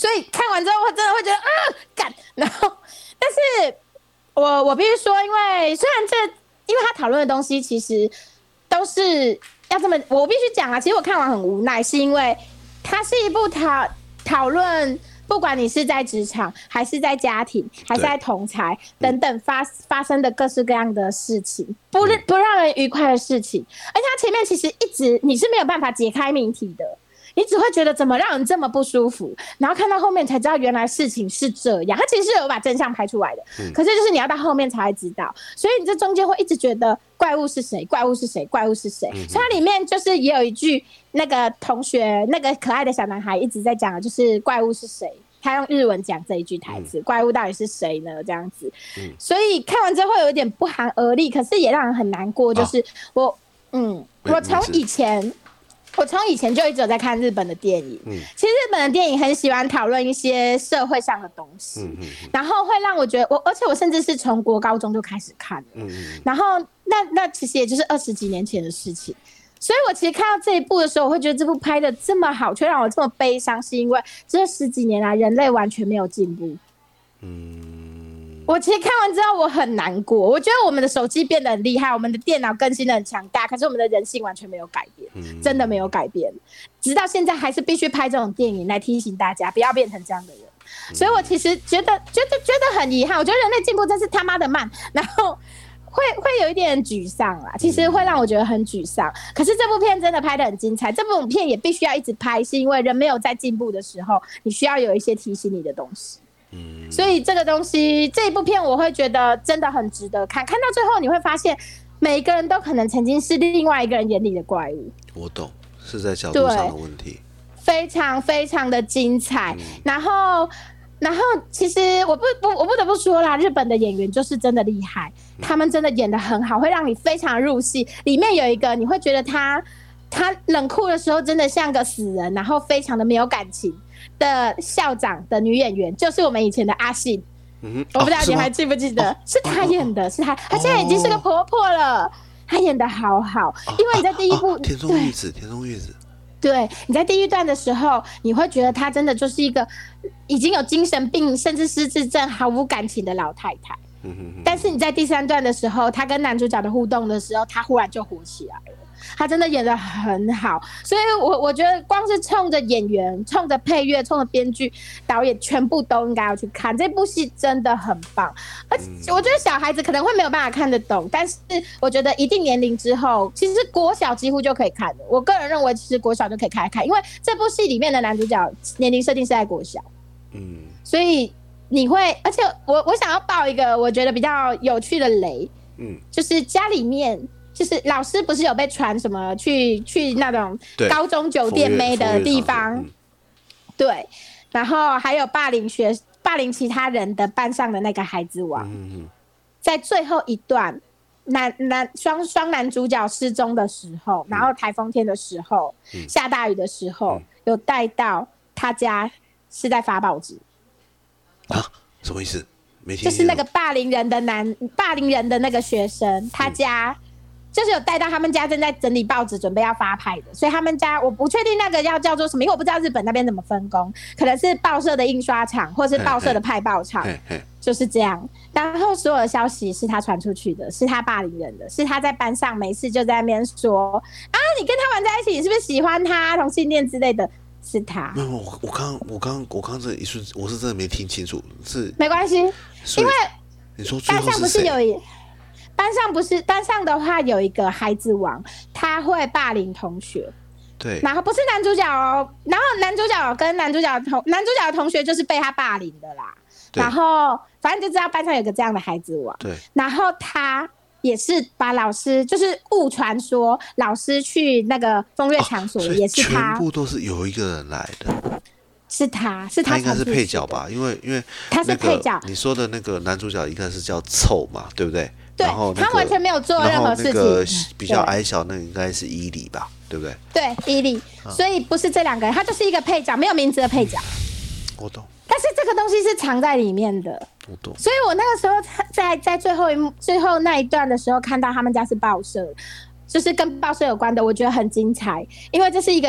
所以看完之后我真的会觉得干，然后但是我必须说，因为虽然因为他讨论的东西其实都是要这么，我必须讲啊，其实我看完很无奈，是因为它是一部讨论。不管你是在职场，还是在家庭，还是在同侪等等发生的各式各样的事情，不让人愉快的事情，而且它前面其实一直你是没有办法解开谜题的，你只会觉得怎么让人这么不舒服，然后看到后面才知道原来事情是这样，它其实是有把真相拍出来的，可是就是你要到后面才会知道，所以你这中间会一直觉得怪物是谁，怪物是谁，怪物是谁，所以它里面就是也有一句那个同学那个可爱的小男孩一直在讲的就是怪物是谁，他用日文讲这一句台词，怪物到底是谁呢？这样子，所以看完之后会有一点不寒而栗，可是也让人很难过。就是我从以前就一直有在看日本的电影，其实日本的电影很喜欢讨论一些社会上的东西，然后会让我觉得而且我甚至是从国高中就开始看了，然后那其实也就是20几年前的事情。所以我其实看到这一部的时候，我会觉得这部拍的这么好，却让我这么悲伤，是因为这10几年来人类完全没有进步。我其实看完之后我很难过，我觉得我们的手机变得很厉害，我们的电脑更新的很强大，可是我们的人性完全没有改变，真的没有改变，直到现在还是必须拍这种电影来提醒大家不要变成这样的人。所以我其实觉得很遗憾，我觉得人类进步真是他妈的慢，然后会有一点沮丧啦，其实会让我觉得很沮丧。可是这部片真的拍得很精彩，这部片也必须要一直拍，是因为人没有在进步的时候，你需要有一些提醒你的东西。所以这个东西，这一部片我会觉得真的很值得看。看到最后你会发现，每一个人都可能曾经是另外一个人眼里的怪物。 我懂，是在角度上的问题。 非常非常的精彩，然后其实我不得不说啦，日本的演员就是真的厉害，他们真的演得很好，会让你非常入戏。里面有一个你会觉得他冷酷的时候真的像个死人，然后非常的没有感情的校长的女演员，就是我们以前的阿信。我不知道你还记不记得，是她演的，是她现在已经是个婆婆了，她演得好好，因为你在第一部田中裕子。 对，你在第一段的时候，你会觉得她真的就是一个已经有精神病甚至失智症毫无感情的老太太。但是你在第3段的时候，她跟男主角的互动的时候，她忽然就火起来了。她真的演得很好，所以我觉得光是冲着演员、冲着配乐、冲着编剧、导演，全部都应该要去看这部戏，真的很棒。而且我觉得小孩子可能会没有办法看得懂，但是我觉得一定年龄之后，其实国小几乎就可以看了。我个人认为，其实国小就可以开看，因为这部戏里面的男主角年龄设定是在国小，所以你会，而且我想要爆一个我觉得比较有趣的雷，就是家里面。就是老师不是有被传什么去那种高中酒店妹的地方，对，然后还有霸凌其他人的班上的那个孩子王，在最后一段双男主角失踪的时候，然后台风天的时候，下大雨的时候，有带到他家是在发报纸啊？什么意思？没听。 就是那个霸凌人的那个学生，他家。就是有带到他们家正在整理报纸，准备要发派的，所以他们家我不确定那个要叫做什么，因为我不知道日本那边怎么分工，可能是报社的印刷厂，或是报社的派报厂，就是这样。然后所有的消息是他传出去的，是他霸凌人的，是他在班上没事就在那边说啊，你跟他玩在一起，你是不是喜欢他，同性恋之类的，是他。 没有，我刚这一瞬，我是真的没听清楚，是没关系，因为你说最后是谁？ 班上的话有一个孩子王，他会霸凌同学， 对， 然后不是男主角哦，然后男主角跟男主角的同学就是被他霸凌的啦，然后反正就知道班上有个这样的孩子王， 对， 然后他也是把老师就是误传说老师去那个风月场所的，也是他， 全部都是有一个人来的。 是他应该是配角吧，因为他是配角。 你说的那个男主角应该是叫凑嘛，对不对？ 对， 然后他完全没有做任何事情。 然后那个比较矮小那个应该是伊里吧，对不对？ 对，伊里，所以不是这2个人，他就是一个配角，没有名字的配角。 我懂。 但是这个东西是藏在里面的， 我懂。 所以我那个时候在最后那一段的时候，看到他们家是报社，就是跟报社有关的，我觉得很精彩，因为这是一个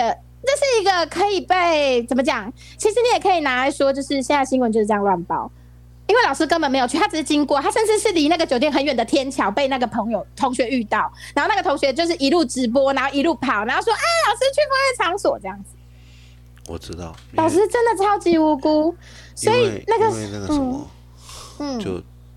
这是一个可以被怎么讲？其实你也可以拿来说，就是现在新闻就是这样乱报，因为老师根本没有去，他只是经过，他甚至是离那个酒店很远的天桥被那个同学遇到，然后那个同学就是一路直播，然后一路跑，然后说：“哎，老师去风月场所这样子。” 我知道， 老师真的超级无辜，所以那个什么，就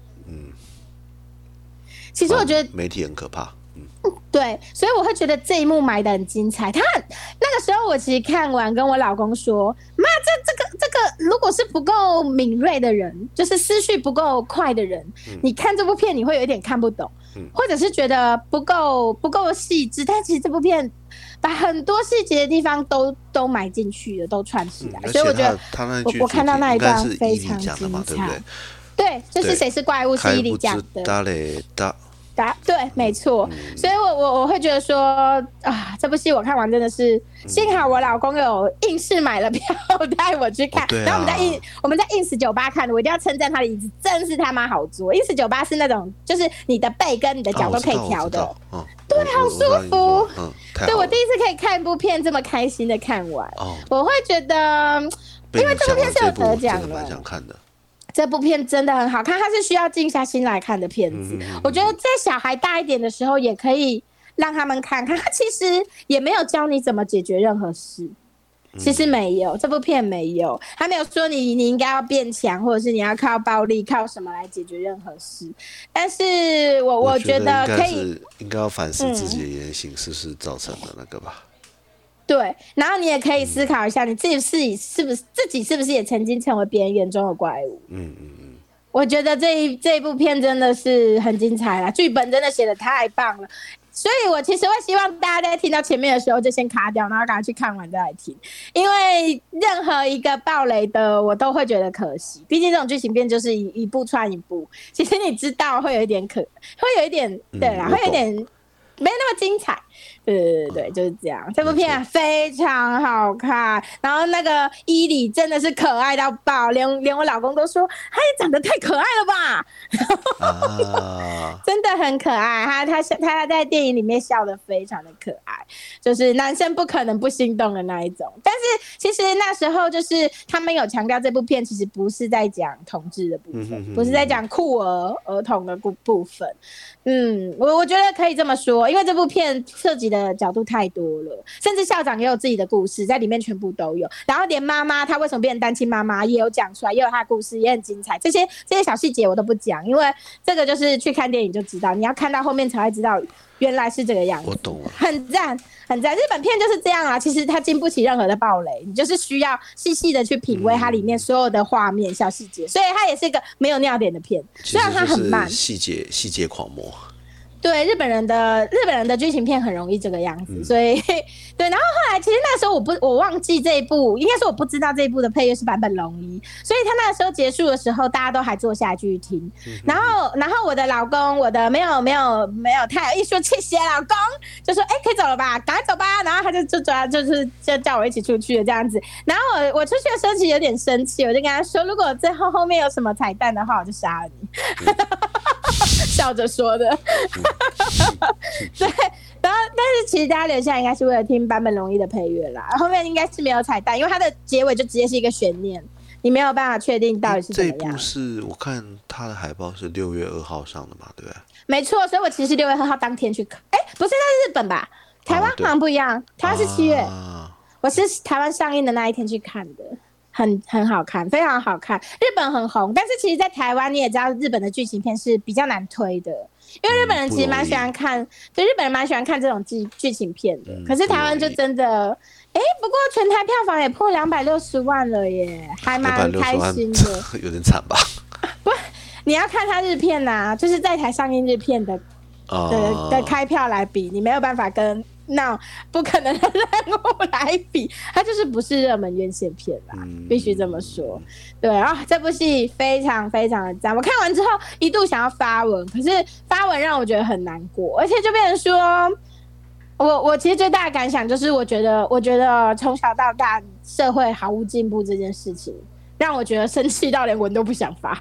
其实我觉得媒体很可怕。 对，所以我会觉得这一幕埋得很精彩。那个时候我其实看完跟我老公说：“妈，这个，如果是不够敏锐的人，就是思绪不够快的人，你看这部片你会有一点看不懂，或者是觉得不够细致。但其实这部片把很多细节的地方都埋进去了，都串起来。所以我觉得我看到那一段非常精彩。对，就是谁是怪物是伊里讲的。”对，没错，所以我会觉得说啊，这部戏我看完真的是幸好我老公有硬是买了票带我去看，然后我们在 ins 酒吧看的，我一定要称赞他的椅子真是他妈好坐。ins 酒吧是那种就是你的背跟你的脚都可以调的，对，好舒服。对，我第一次可以看一部片这么开心的看完，我会觉得，因为这部片是有得奖的。这部片真的很好看，它是需要静下心来看的片子。我觉得在小孩大一点的时候，也可以让他们看看。它其实也没有教你怎么解决任何事，其实没有，这部片没有，他没有说你应该要变强，或者是你要靠暴力、靠什么来解决任何事。但是我觉得可以， 应该要反思自己的言行是不是造成的那个吧。 对，然后你也可以思考一下，你自己是不是也曾经成为别人眼中的怪物？我觉得这一部片真的是很精彩啦，剧本真的写得太棒了，所以我其实会希望大家在听到前面的时候就先卡掉，然后赶快去看完再来听，因为任何一个爆雷的我都会觉得可惜，毕竟这种剧情片就是一部串一部，其实你知道会有一点对啦，会有一点没那么精彩。对，就是这样。这部片非常好看，然后那个伊里真的是可爱到爆，连我老公都说，他也长得太可爱了吧，真的很可爱。他在电影里面笑得非常的可爱，就是男生不可能不心动的那一种。但是其实那时候就是他们有强调，这部片其实不是在讲同志的部分，不是在讲酷儿童的部分。我觉得可以这么说，因为这部片涉及的角度太多了，甚至校长也有自己的故事在里面，全部都有。然后连妈妈她为什么变成单亲妈妈也有讲出来，也有她的故事，也很精彩。这些小细节我都不讲，因为这个就是去看电影就知道，你要看到后面才会知道原来是这个样子。 我懂了， 很赞很赞。日本片就是这样啊，其实它经不起任何的暴雷，你就是需要细细的去品味它里面所有的画面小细节，所以它也是一个没有尿点的片，虽然它很慢， 细节狂魔。 对，日本人的剧情片很容易这个样子，所以对。然后后来其实那时候我忘记这一部，应该说我不知道这一部的配乐是坂本龙一，所以他那个时候结束的时候，大家都还坐下来继续听。然后我的老公，我的没有太一说谢谢老公，就说可以走了吧，赶快走吧。然后他就叫我一起出去的这样子。然后我出去的时候其实有点生气，我就跟他说，如果最后面有什么彩蛋的话，我就杀了你。笑着说的。对，然后但是其实大家留下来应该是为了听坂本龙一的配乐啦，后面应该是没有彩蛋，因为它的结尾就直接是一个悬念，你没有办法确定到底是怎么样。 这一部是我看它的海报是6月2号上的嘛，对不对？ 没错，所以我其实是6月2号当天去看。不是，那是日本吧？台湾好像不一样，台湾是7月，我是台湾上映的那一天去看的。很好看，非常好看。日本很红，但是其实在台湾你也知道，日本的剧情片是比较难推的，因为日本人其实蛮喜欢看，对，日本人蛮喜欢看这种剧情片的。可是台湾就真的，不过全台票房也破260万了耶，还蛮开心的。 有点惨吧？ 不，你要看它日片啊，就是在台上映日片的开票来比，你没有办法跟那不可能的任务来比，它就是不是热门院线片啦，必须这么说。对啊，这部戏非常非常的赞，我看完之后一度想要发文，可是发文让我觉得很难过，而且就变成说，我其实最大的感想就是，我觉得从小到大社会毫无进步这件事情，让我觉得生气到连文都不想发。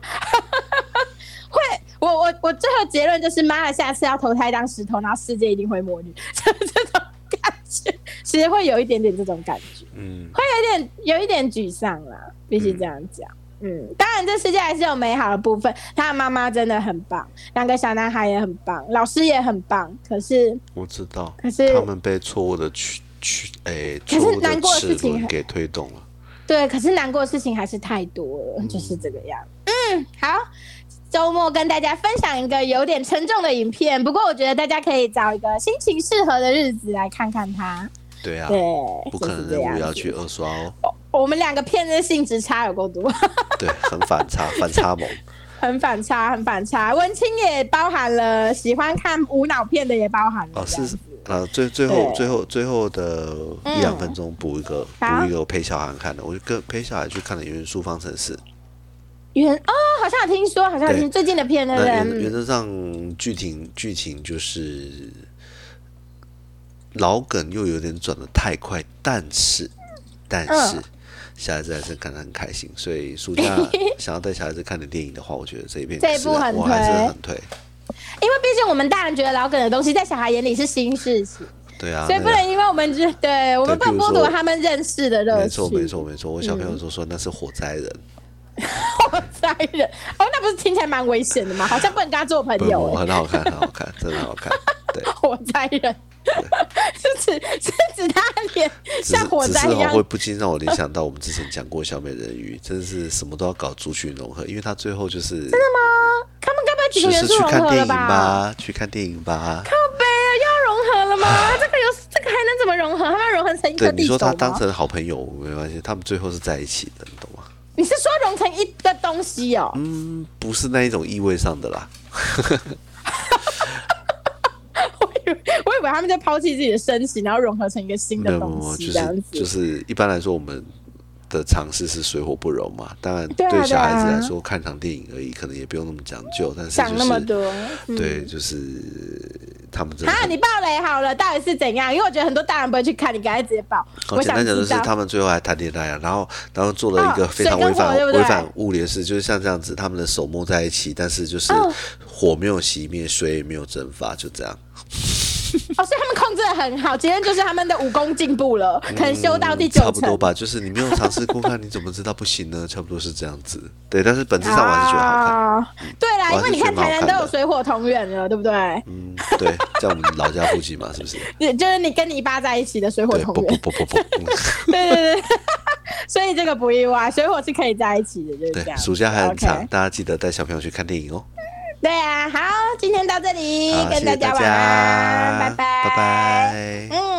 我最后结论就是，妈的，下次要投胎当石头，然后世界一定会末日，这种感觉， 其实会有一点点这种感觉，会有一点沮丧啦，必须这样讲。当然这世界还是有美好的部分，他的妈妈真的很棒，2个小男孩也很棒，老师也很棒，可是我知道， 可是他们被错误的错误的齿轮给推动了。 对，可是难过的事情还是太多了，就是这个样。好，周末跟大家分享一个有点沉重的影片，不过我觉得大家可以找一个心情适合的日子来看看它。 对啊， 对， 不可能任务要去2刷哦。 我们2个片的性质差有够多。 对，很反差萌。很反差，文青也包含了，喜欢看无脑片的也包含了。 是最后的1-2分钟补一个我陪小孩看的，我就跟陪小孩去看了《元素方程式》。 好像有听说，最近的片的人。 原则上剧情就是老梗又有点转得太快，但是小孩子还是看得很开心，所以暑假想要带小孩子看的电影的话，我觉得这一部我还是很推。因为毕竟我们大人觉得老梗的东西，在小孩眼里是新事情。 对啊， 所以不能因为我们我们不能剥夺他们认识的乐趣。 没错。我小朋友说那是火灾人。 火灾人那不是听起来蛮危险的吗？好像不能跟他做朋友。 很好看，真的很好看。对， 火灾人。是指他脸像火灾一样， 会不禁让我联想到我们之前讲过小美人鱼，真的是什么都要搞族群融合，因为他最后就是真的吗？他们该不会几个元素融合了吧？ 去看电影吧。 靠北要融合了吗？这个还能怎么融合？他们要融合成一颗地球吗？ 对，你说他当成好朋友没关系，他们最后是在一起的，你懂吗？ 你是说融成一个东西哦？ 不是那一种意味上的啦。 我以为他们在抛弃自己的身形，然后融合成一个新的东西，这样子。 就是一般来说，我们的尝试是水火不容嘛。当然，对小孩子来说，看场电影而已，可能也不用那么讲究。但是想那么多， 对，就是他们真的。 你爆雷好了，到底是怎样？因为我觉得很多大人不会去看，你赶快直接爆。 简单讲就是他们最后还谈恋爱啊，然后做了一个非常违反物理的事，就是像这样子，他们的手摸在一起，但是就是火没有熄灭，水也没有蒸发，就这样。 所以他们控制得很好，结论就是他们的武功进步了，可能修到第9层。 差不多吧，就是你没有尝试过看，你怎么知道不行呢？差不多是这样子。对，但是本质上我还是觉得好看。 对啦，因为你看台南都有水火同源了，对不对？ 对，在我们老家附近嘛，是不是？ 就是你跟你爸在一起的水火同源。 不。 对。所以这个不意外，水火是可以在一起的，就是这样。 暑假还很长，大家记得带小朋友去看电影哦。 对啊，好，今天到这里，跟大家晚安，拜拜。